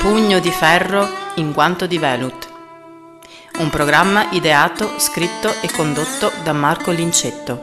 Pugno di ferro in guanto di velut. Un programma ideato, scritto e condotto da Marco Lincetto.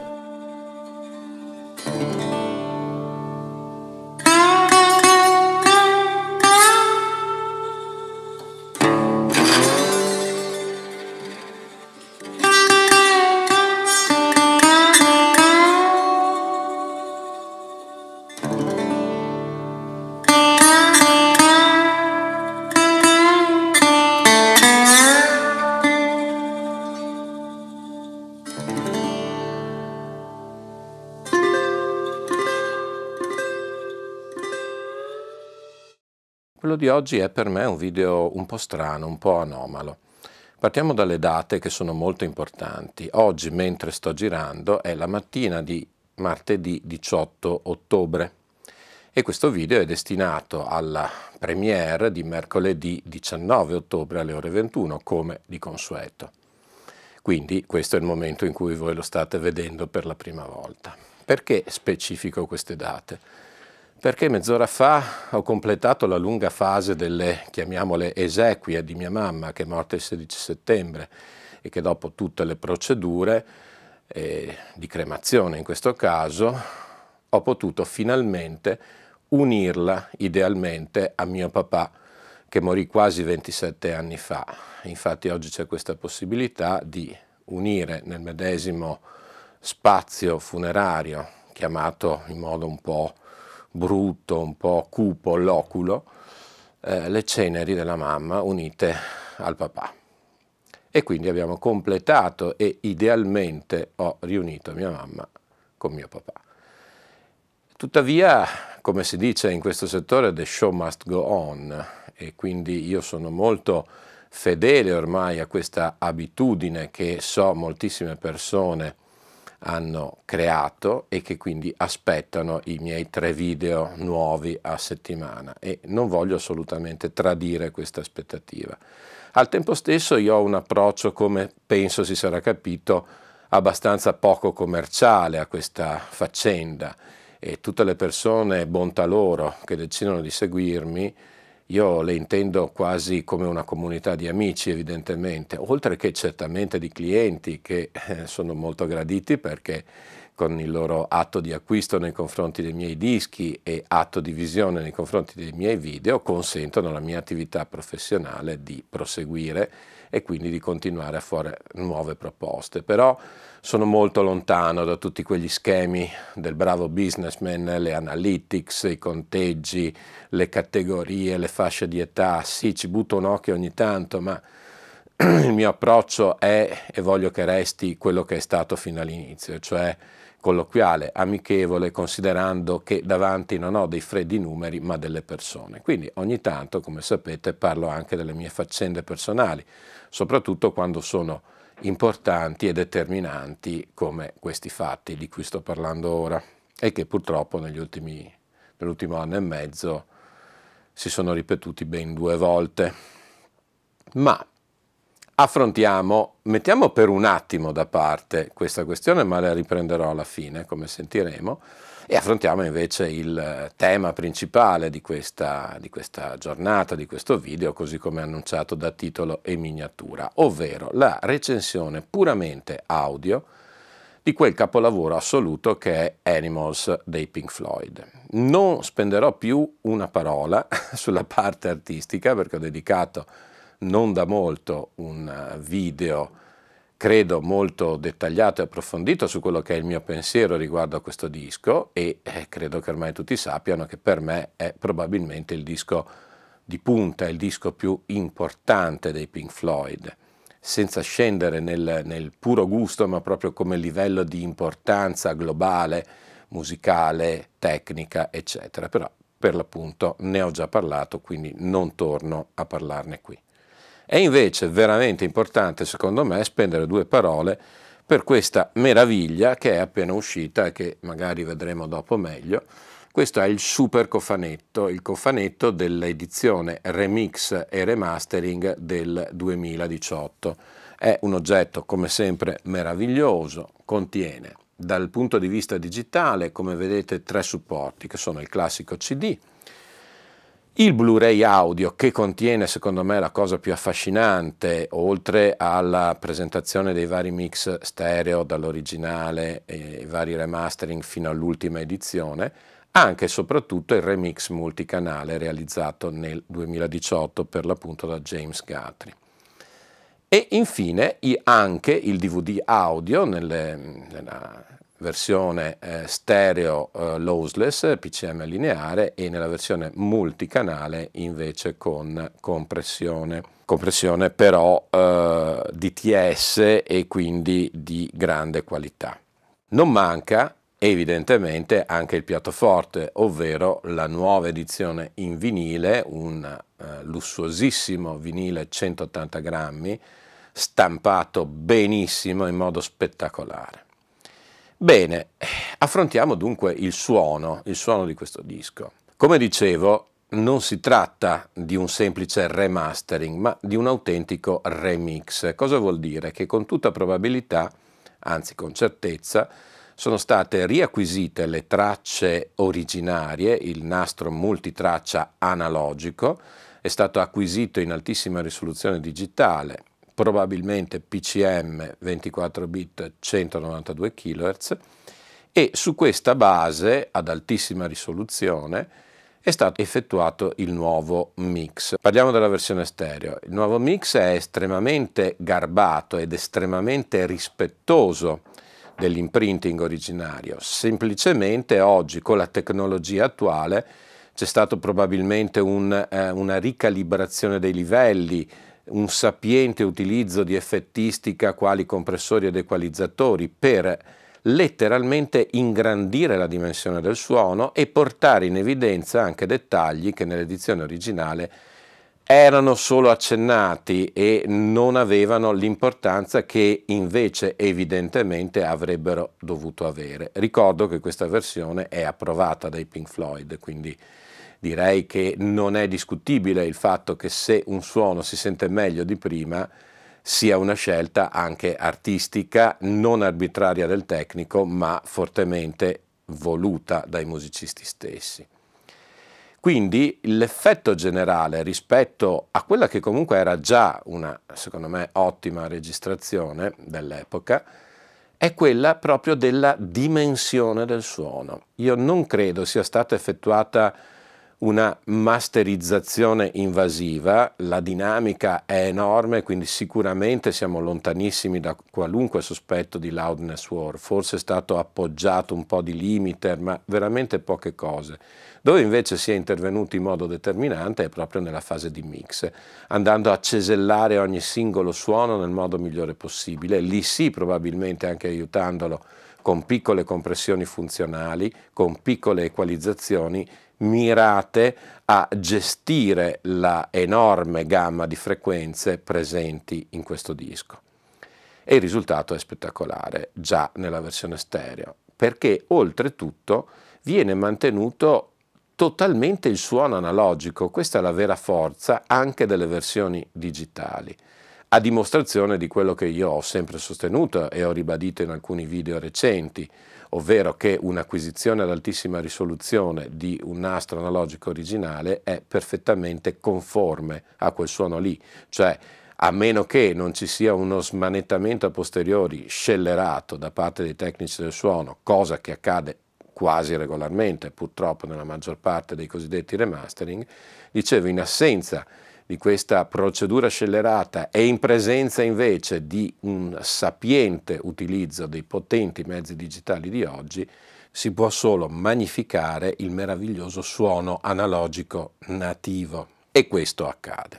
Quello di oggi è per me un video un po' strano, un po' anomalo. Partiamo dalle date che sono molto importanti. Oggi, mentre sto girando, è la mattina di martedì 18 ottobre e questo video è destinato alla premiere di mercoledì 19 ottobre alle ore 21, come di consueto. Quindi questo è il momento in cui voi lo state vedendo per la prima volta. Perché specifico queste date? Perché mezz'ora fa ho completato la lunga fase delle, chiamiamole, esequie di mia mamma, che è morta il 16 settembre e che dopo tutte le procedure di cremazione in questo caso ho potuto finalmente unirla idealmente a mio papà, che morì quasi 27 anni fa. Infatti oggi c'è questa possibilità di unire nel medesimo spazio funerario, chiamato in modo un po' brutto, un po' cupo, loculo, le ceneri della mamma unite al papà. E quindi abbiamo completato e idealmente ho riunito mia mamma con mio papà. Tuttavia, come si dice in questo settore, the show must go on, e quindi io sono molto fedele ormai a questa abitudine che so moltissime persone hanno creato e che quindi aspettano i miei 3 video nuovi a settimana, e non voglio assolutamente tradire questa aspettativa. Al tempo stesso io ho un approccio, come penso si sarà capito, abbastanza poco commerciale a questa faccenda, e tutte le persone, bontà loro, che decidono di seguirmi, io le intendo quasi come una comunità di amici, evidentemente, oltre che certamente di clienti che sono molto graditi, perché con il loro atto di acquisto nei confronti dei miei dischi e atto di visione nei confronti dei miei video consentono alla mia attività professionale di proseguire e quindi di continuare a fare nuove proposte. Però sono molto lontano da tutti quegli schemi del bravo businessman, le analytics, i conteggi, le categorie, le fasce di età. Sì, ci butto un occhio ogni tanto, ma il mio approccio è, e voglio che resti quello che è stato fino all'inizio, cioè colloquiale, amichevole, considerando che davanti non ho dei freddi numeri, ma delle persone. Quindi ogni tanto, come sapete, parlo anche delle mie faccende personali, soprattutto quando sono importanti e determinanti come questi fatti di cui sto parlando ora e che purtroppo nell'ultimo anno e mezzo si sono ripetuti ben 2 volte. Ma mettiamo per un attimo da parte questa questione, ma la riprenderò alla fine, come sentiremo, e affrontiamo invece il tema principale di questa giornata, di questo video, così come annunciato da titolo e miniatura, ovvero la recensione puramente audio di quel capolavoro assoluto che è Animals dei Pink Floyd. Non spenderò più una parola sulla parte artistica, perché ho dedicato non da molto un video, credo molto dettagliato e approfondito, su quello che è il mio pensiero riguardo a questo disco, e credo che ormai tutti sappiano che per me è probabilmente il disco di punta, il disco più importante dei Pink Floyd, senza scendere nel puro gusto, ma proprio come livello di importanza globale, musicale, tecnica, eccetera. Però per l'appunto ne ho già parlato, quindi non torno a parlarne qui. È invece veramente importante, secondo me, spendere 2 parole per questa meraviglia che è appena uscita e che magari vedremo dopo meglio. Questo è il super cofanetto, il cofanetto dell'edizione remix e remastering del 2018. È un oggetto, come sempre, meraviglioso, contiene dal punto di vista digitale, come vedete, 3 supporti, che sono il classico CD, Il Blu-ray audio, che contiene secondo me la cosa più affascinante, oltre alla presentazione dei vari mix stereo dall'originale e i vari remastering fino all'ultima edizione, anche e soprattutto il remix multicanale realizzato nel 2018 per l'appunto da James Guthrie. E infine anche il DVD audio nella versione stereo lossless, PCM lineare, e nella versione multicanale invece con compressione però DTS e quindi di grande qualità. Non manca evidentemente anche il piatto forte, ovvero la nuova edizione in vinile, un lussuosissimo vinile 180 grammi, stampato benissimo in modo spettacolare. Bene, affrontiamo dunque il suono di questo disco. Come dicevo, non si tratta di un semplice remastering, ma di un autentico remix. Cosa vuol dire? Che con tutta probabilità, anzi con certezza, sono state riacquisite le tracce originarie, il nastro multitraccia analogico, è stato acquisito in altissima risoluzione digitale, probabilmente PCM 24 bit 192 kHz, e su questa base ad altissima risoluzione è stato effettuato il nuovo mix. Parliamo della versione stereo. Il nuovo mix è estremamente garbato ed estremamente rispettoso dell'imprinting originario. Semplicemente oggi con la tecnologia attuale c'è stato probabilmente una ricalibrazione dei livelli, un sapiente utilizzo di effettistica quali compressori ed equalizzatori per letteralmente ingrandire la dimensione del suono e portare in evidenza anche dettagli che nell'edizione originale erano solo accennati e non avevano l'importanza che invece evidentemente avrebbero dovuto avere. Ricordo che questa versione è approvata dai Pink Floyd, quindi direi che non è discutibile il fatto che se un suono si sente meglio di prima sia una scelta anche artistica, non arbitraria del tecnico, ma fortemente voluta dai musicisti stessi. Quindi l'effetto generale rispetto a quella che comunque era già una, secondo me, ottima registrazione dell'epoca, è quella proprio della dimensione del suono. Io non credo sia stata effettuata una masterizzazione invasiva, la dinamica è enorme, quindi sicuramente siamo lontanissimi da qualunque sospetto di loudness war, forse è stato appoggiato un po' di limiter, ma veramente poche cose. Dove invece si è intervenuti in modo determinante è proprio nella fase di mix, andando a cesellare ogni singolo suono nel modo migliore possibile, lì sì probabilmente anche aiutandolo con piccole compressioni funzionali, con piccole equalizzazioni mirate a gestire la enorme gamma di frequenze presenti in questo disco. E il risultato è spettacolare già nella versione stereo, perché oltretutto viene mantenuto totalmente il suono analogico. Questa è la vera forza anche delle versioni digitali, a dimostrazione di quello che io ho sempre sostenuto e ho ribadito in alcuni video recenti, ovvero che un'acquisizione ad altissima risoluzione di un nastro analogico originale è perfettamente conforme a quel suono lì, cioè a meno che non ci sia uno smanettamento a posteriori scellerato da parte dei tecnici del suono, cosa che accade quasi regolarmente purtroppo nella maggior parte dei cosiddetti remastering, dicevo, in assenza di questa procedura scellerata e in presenza invece di un sapiente utilizzo dei potenti mezzi digitali di oggi, si può solo magnificare il meraviglioso suono analogico nativo, e questo accade.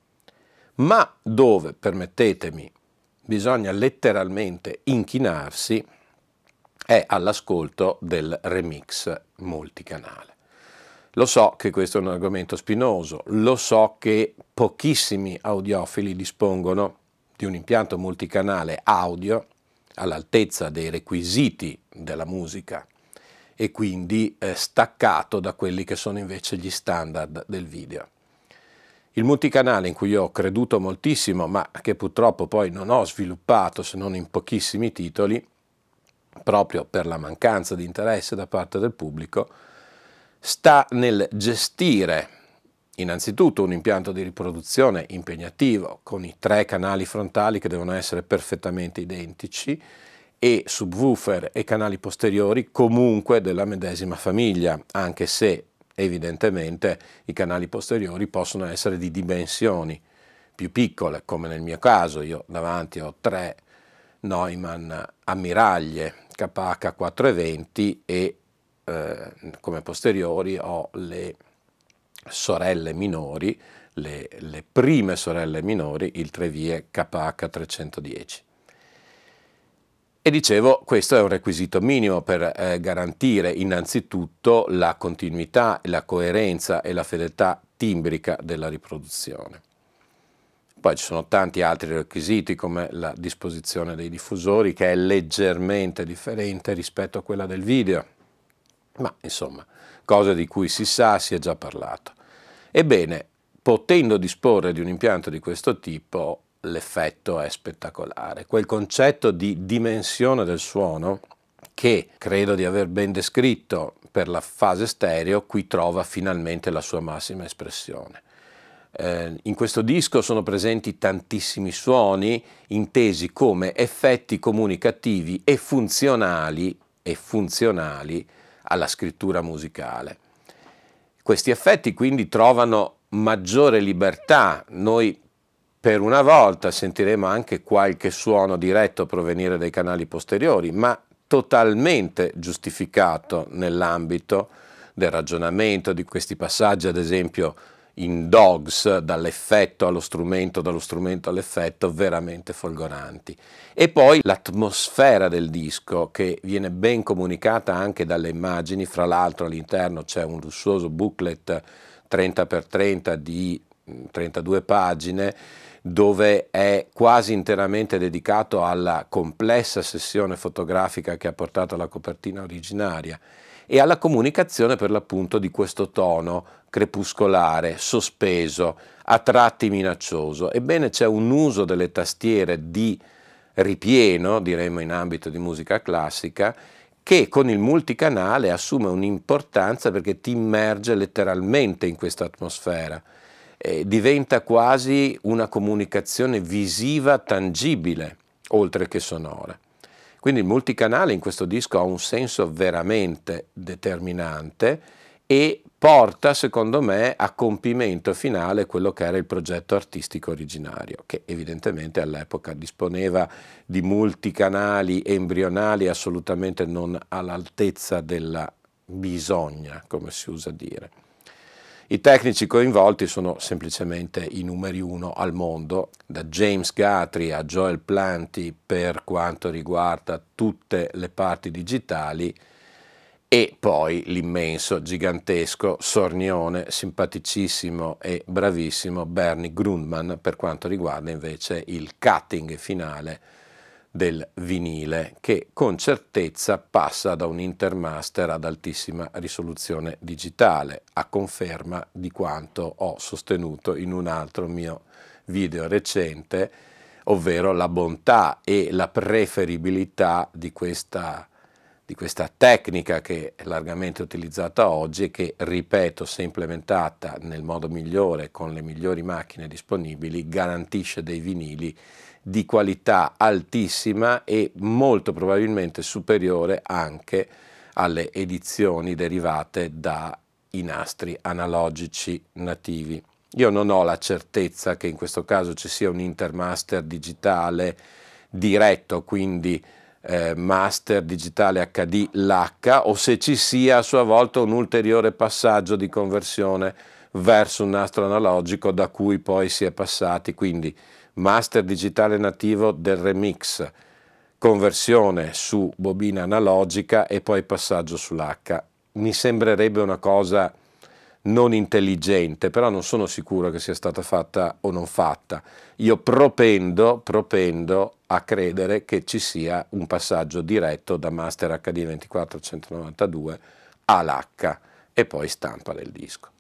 Ma dove, permettetemi, bisogna letteralmente inchinarsi è all'ascolto del remix multicanale. Lo so che questo è un argomento spinoso, lo so che pochissimi audiofili dispongono di un impianto multicanale audio all'altezza dei requisiti della musica e quindi staccato da quelli che sono invece gli standard del video. Il multicanale in cui io ho creduto moltissimo, ma che purtroppo poi non ho sviluppato se non in pochissimi titoli, proprio per la mancanza di interesse da parte del pubblico, sta nel gestire Innanzitutto un impianto di riproduzione impegnativo con i 3 canali frontali che devono essere perfettamente identici e subwoofer e canali posteriori comunque della medesima famiglia, anche se evidentemente i canali posteriori possono essere di dimensioni più piccole, come nel mio caso. Io davanti ho 3 Neumann ammiraglie KH 420 e come posteriori ho le sorelle minori, le prime sorelle minori, il 3 vie KH 310. E dicevo, questo è un requisito minimo per garantire innanzitutto la continuità, la coerenza e la fedeltà timbrica della riproduzione. Poi ci sono tanti altri requisiti come la disposizione dei diffusori, che è leggermente differente rispetto a quella del video, ma insomma, cose di cui si sa, si è già parlato. Ebbene, potendo disporre di un impianto di questo tipo, l'effetto è spettacolare. Quel concetto di dimensione del suono, che credo di aver ben descritto per la fase stereo, qui trova finalmente la sua massima espressione. In questo disco sono presenti tantissimi suoni intesi come effetti comunicativi e funzionali alla scrittura musicale. Questi effetti quindi trovano maggiore libertà. Noi per una volta sentiremo anche qualche suono diretto provenire dai canali posteriori, ma totalmente giustificato nell'ambito del ragionamento di questi passaggi, ad esempio in Dogs, dall'effetto allo strumento, dallo strumento all'effetto, veramente folgoranti. E poi l'atmosfera del disco, che viene ben comunicata anche dalle immagini. Fra l'altro all'interno c'è un lussuoso booklet 30x30 di 32 pagine, dove è quasi interamente dedicato alla complessa sessione fotografica che ha portato alla copertina originaria e alla comunicazione per l'appunto di questo tono crepuscolare, sospeso, a tratti minaccioso. Ebbene, c'è un uso delle tastiere di ripieno, diremmo in ambito di musica classica, che con il multicanale assume un'importanza perché ti immerge letteralmente in questa atmosfera. Diventa quasi una comunicazione visiva tangibile, oltre che sonora. Quindi il multicanale in questo disco ha un senso veramente determinante e porta, secondo me, a compimento finale quello che era il progetto artistico originario, che evidentemente all'epoca disponeva di multicanali embrionali assolutamente non all'altezza della bisogna, come si usa dire. I tecnici coinvolti sono semplicemente i numeri 1 al mondo, da James Guthrie a Joel Planty per quanto riguarda tutte le parti digitali, e poi l'immenso, gigantesco, sornione, simpaticissimo e bravissimo Bernie Grundman per quanto riguarda invece il cutting finale del vinile, che con certezza passa da un intermaster ad altissima risoluzione digitale, a conferma di quanto ho sostenuto in un altro mio video recente, ovvero la bontà e la preferibilità di questa tecnica che è largamente utilizzata oggi e che, ripeto, se implementata nel modo migliore con le migliori macchine disponibili, garantisce dei vinili di qualità altissima e molto probabilmente superiore anche alle edizioni derivate dai nastri analogici nativi. Io non ho la certezza che in questo caso ci sia un intermaster digitale diretto, quindi master digitale HD l'H, o se ci sia a sua volta un ulteriore passaggio di conversione verso un nastro analogico da cui poi si è passati, quindi master digitale nativo del remix, conversione su bobina analogica e poi passaggio sull'H. Mi sembrerebbe una cosa non intelligente, però non sono sicuro che sia stata fatta o non fatta. Io propendo a credere che ci sia un passaggio diretto da Master HD 24192 all'H e poi stampa del disco.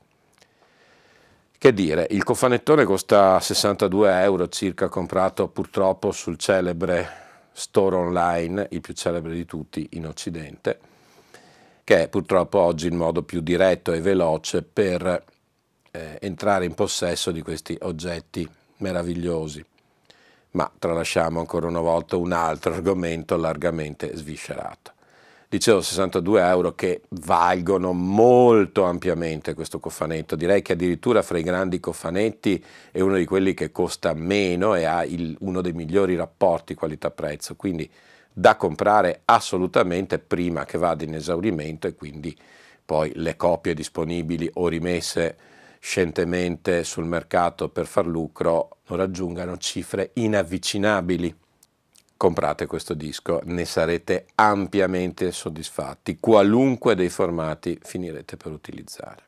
Che dire, il cofanettone costa 62 euro circa, comprato purtroppo sul celebre store online, il più celebre di tutti in Occidente, che è purtroppo oggi il modo più diretto e veloce per entrare in possesso di questi oggetti meravigliosi. Ma tralasciamo ancora una volta un altro argomento largamente sviscerato. Dicevo 62 euro che valgono molto ampiamente questo cofanetto, direi che addirittura fra i grandi cofanetti è uno di quelli che costa meno e ha uno dei migliori rapporti qualità-prezzo, quindi da comprare assolutamente prima che vada in esaurimento e quindi poi le copie disponibili o rimesse scientemente sul mercato per far lucro non raggiungano cifre inavvicinabili. Comprate questo disco, ne sarete ampiamente soddisfatti, qualunque dei formati finirete per utilizzare.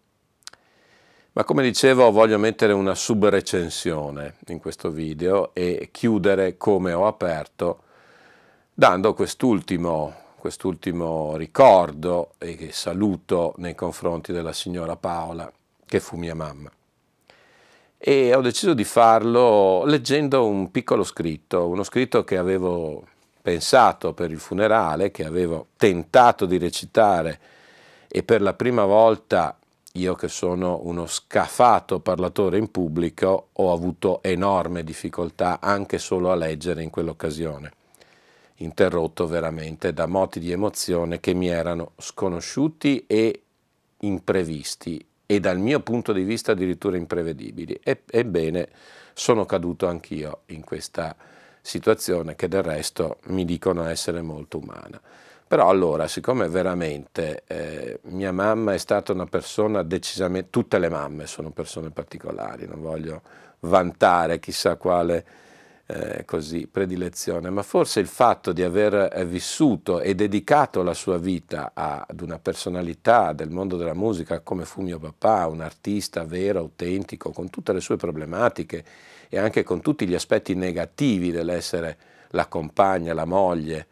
Ma come dicevo, voglio mettere una subrecensione in questo video e chiudere come ho aperto, dando quest'ultimo ricordo e saluto nei confronti della signora Paola, che fu mia mamma. E ho deciso di farlo leggendo un piccolo scritto, uno scritto che avevo pensato per il funerale, che avevo tentato di recitare e per la prima volta, io che sono uno scafato parlatore in pubblico, ho avuto enorme difficoltà anche solo a leggere in quell'occasione, interrotto veramente da moti di emozione che mi erano sconosciuti e imprevisti, e dal mio punto di vista addirittura imprevedibili. Ebbene, sono caduto anch'io in questa situazione che del resto mi dicono essere molto umana. Però allora, siccome veramente mia mamma è stata una persona decisamente, tutte le mamme sono persone particolari, non voglio vantare chissà quale così predilezione, ma forse il fatto di aver vissuto e dedicato la sua vita ad una personalità del mondo della musica come fu mio papà, un artista vero, autentico, con tutte le sue problematiche e anche con tutti gli aspetti negativi dell'essere la compagna, la moglie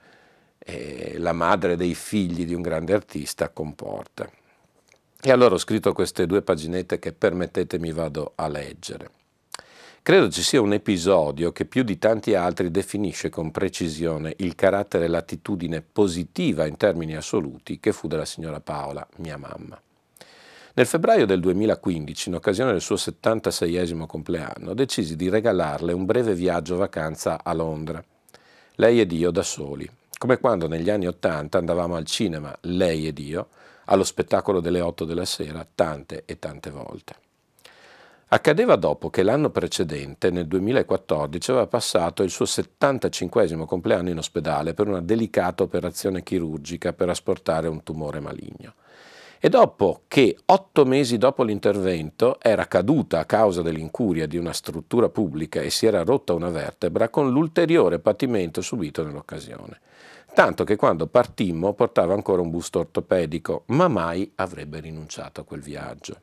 e la madre dei figli di un grande artista, comporta. E allora ho scritto queste 2 paginette che, permettetemi, vado a leggere. Credo ci sia un episodio che più di tanti altri definisce con precisione il carattere e l'attitudine positiva in termini assoluti che fu della signora Paola, mia mamma. Nel febbraio del 2015, in occasione del suo 76esimo compleanno, decisi di regalarle un breve viaggio vacanza a Londra, lei ed io da soli, come quando negli anni '80 andavamo al cinema, lei ed io, allo spettacolo delle 8 della sera, tante e tante volte. Accadeva dopo che l'anno precedente, nel 2014, aveva passato il suo 75esimo compleanno in ospedale per una delicata operazione chirurgica per asportare un tumore maligno. E dopo che 8 mesi dopo l'intervento era caduta a causa dell'incuria di una struttura pubblica e si era rotta una vertebra con l'ulteriore patimento subito nell'occasione. Tanto che quando partimmo portava ancora un busto ortopedico, ma mai avrebbe rinunciato a quel viaggio.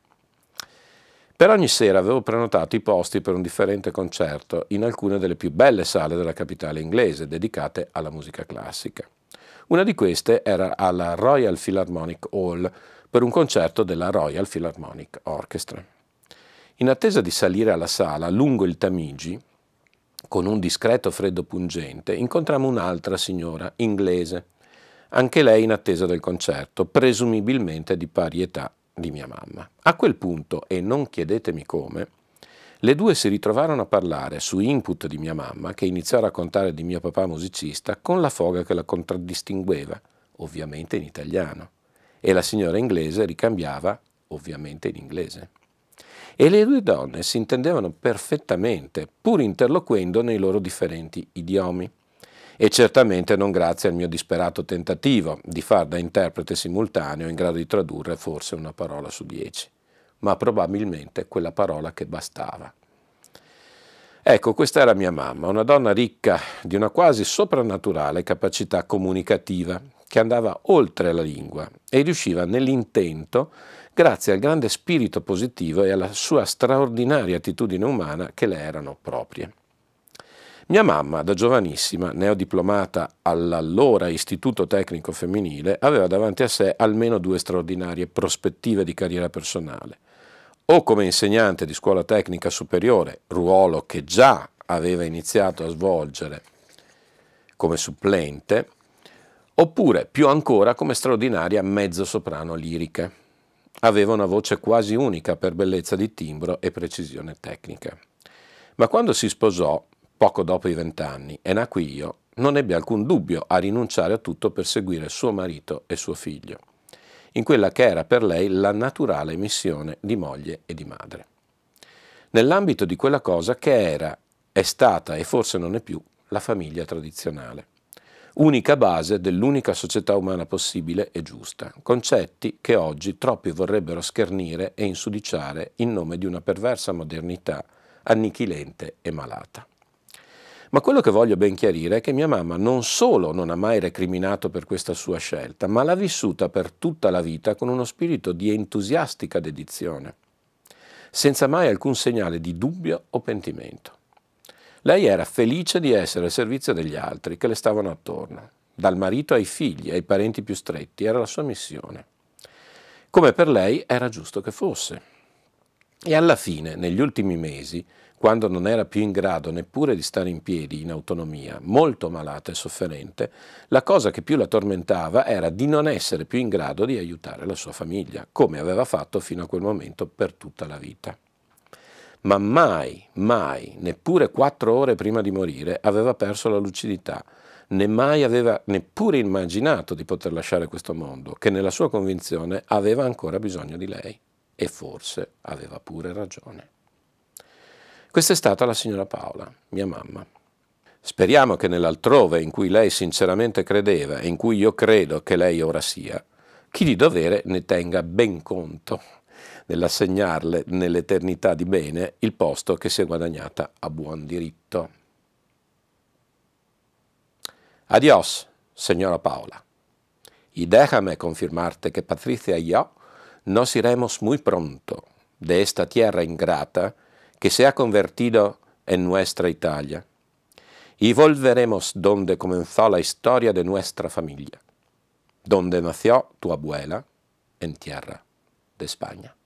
Per ogni sera avevo prenotato i posti per un differente concerto in alcune delle più belle sale della capitale inglese dedicate alla musica classica. Una di queste era alla Royal Philharmonic Hall per un concerto della Royal Philharmonic Orchestra. In attesa di salire alla sala, lungo il Tamigi, con un discreto freddo pungente, incontrammo un'altra signora inglese, anche lei in attesa del concerto, presumibilmente di pari età di mia mamma. A quel punto, e non chiedetemi come, le 2 si ritrovarono a parlare su input di mia mamma, che iniziò a raccontare di mio papà musicista con la foga che la contraddistingueva, ovviamente in italiano, e la signora inglese ricambiava, ovviamente in inglese. E le 2 donne si intendevano perfettamente, pur interloquendo nei loro differenti idiomi. E certamente non grazie al mio disperato tentativo di far da interprete simultaneo in grado di tradurre forse una parola su 10, ma probabilmente quella parola che bastava. Ecco, questa era mia mamma, una donna ricca di una quasi soprannaturale capacità comunicativa, che andava oltre la lingua e riusciva nell'intento grazie al grande spirito positivo e alla sua straordinaria attitudine umana che le erano proprie. Mia mamma, da giovanissima, neodiplomata all'allora Istituto Tecnico Femminile, aveva davanti a sé almeno 2 straordinarie prospettive di carriera personale. O come insegnante di scuola tecnica superiore, ruolo che già aveva iniziato a svolgere come supplente, oppure più ancora come straordinaria mezzosoprano lirica. Aveva una voce quasi unica per bellezza di timbro e precisione tecnica. Ma quando si sposò, poco dopo i 20 anni, e nacqui io, non ebbe alcun dubbio a rinunciare a tutto per seguire suo marito e suo figlio, in quella che era per lei la naturale missione di moglie e di madre. Nell'ambito di quella cosa che era, è stata e forse non è più la famiglia tradizionale. Unica base dell'unica società umana possibile e giusta, concetti che oggi troppi vorrebbero schernire e insudiciare in nome di una perversa modernità annichilente e malata. Ma quello che voglio ben chiarire è che mia mamma non solo non ha mai recriminato per questa sua scelta, ma l'ha vissuta per tutta la vita con uno spirito di entusiastica dedizione, senza mai alcun segnale di dubbio o pentimento. Lei era felice di essere al servizio degli altri che le stavano attorno, dal marito ai figli, ai parenti più stretti, era la sua missione. Come per lei era giusto che fosse. E alla fine, negli ultimi mesi, quando non era più in grado neppure di stare in piedi in autonomia, molto malata e sofferente, la cosa che più la tormentava era di non essere più in grado di aiutare la sua famiglia, come aveva fatto fino a quel momento per tutta la vita. Ma mai, mai, neppure 4 ore prima di morire, aveva perso la lucidità, né mai aveva neppure immaginato di poter lasciare questo mondo, che nella sua convinzione aveva ancora bisogno di lei. E forse aveva pure ragione. Questa è stata la signora Paola, mia mamma. Speriamo che nell'altrove in cui lei sinceramente credeva e in cui io credo che lei ora sia, chi di dovere ne tenga ben conto nell'assegnarle nell'eternità di bene il posto che si è guadagnata a buon diritto. Adiós, señora Paola. Y déjame confirmarte que Patricia y yo nos iremos muy pronto de esta tierra ingrata que se ha convertido en nuestra Italia, y volveremos donde comenzó la historia de nuestra familia, donde nació tu abuela, en tierra de España.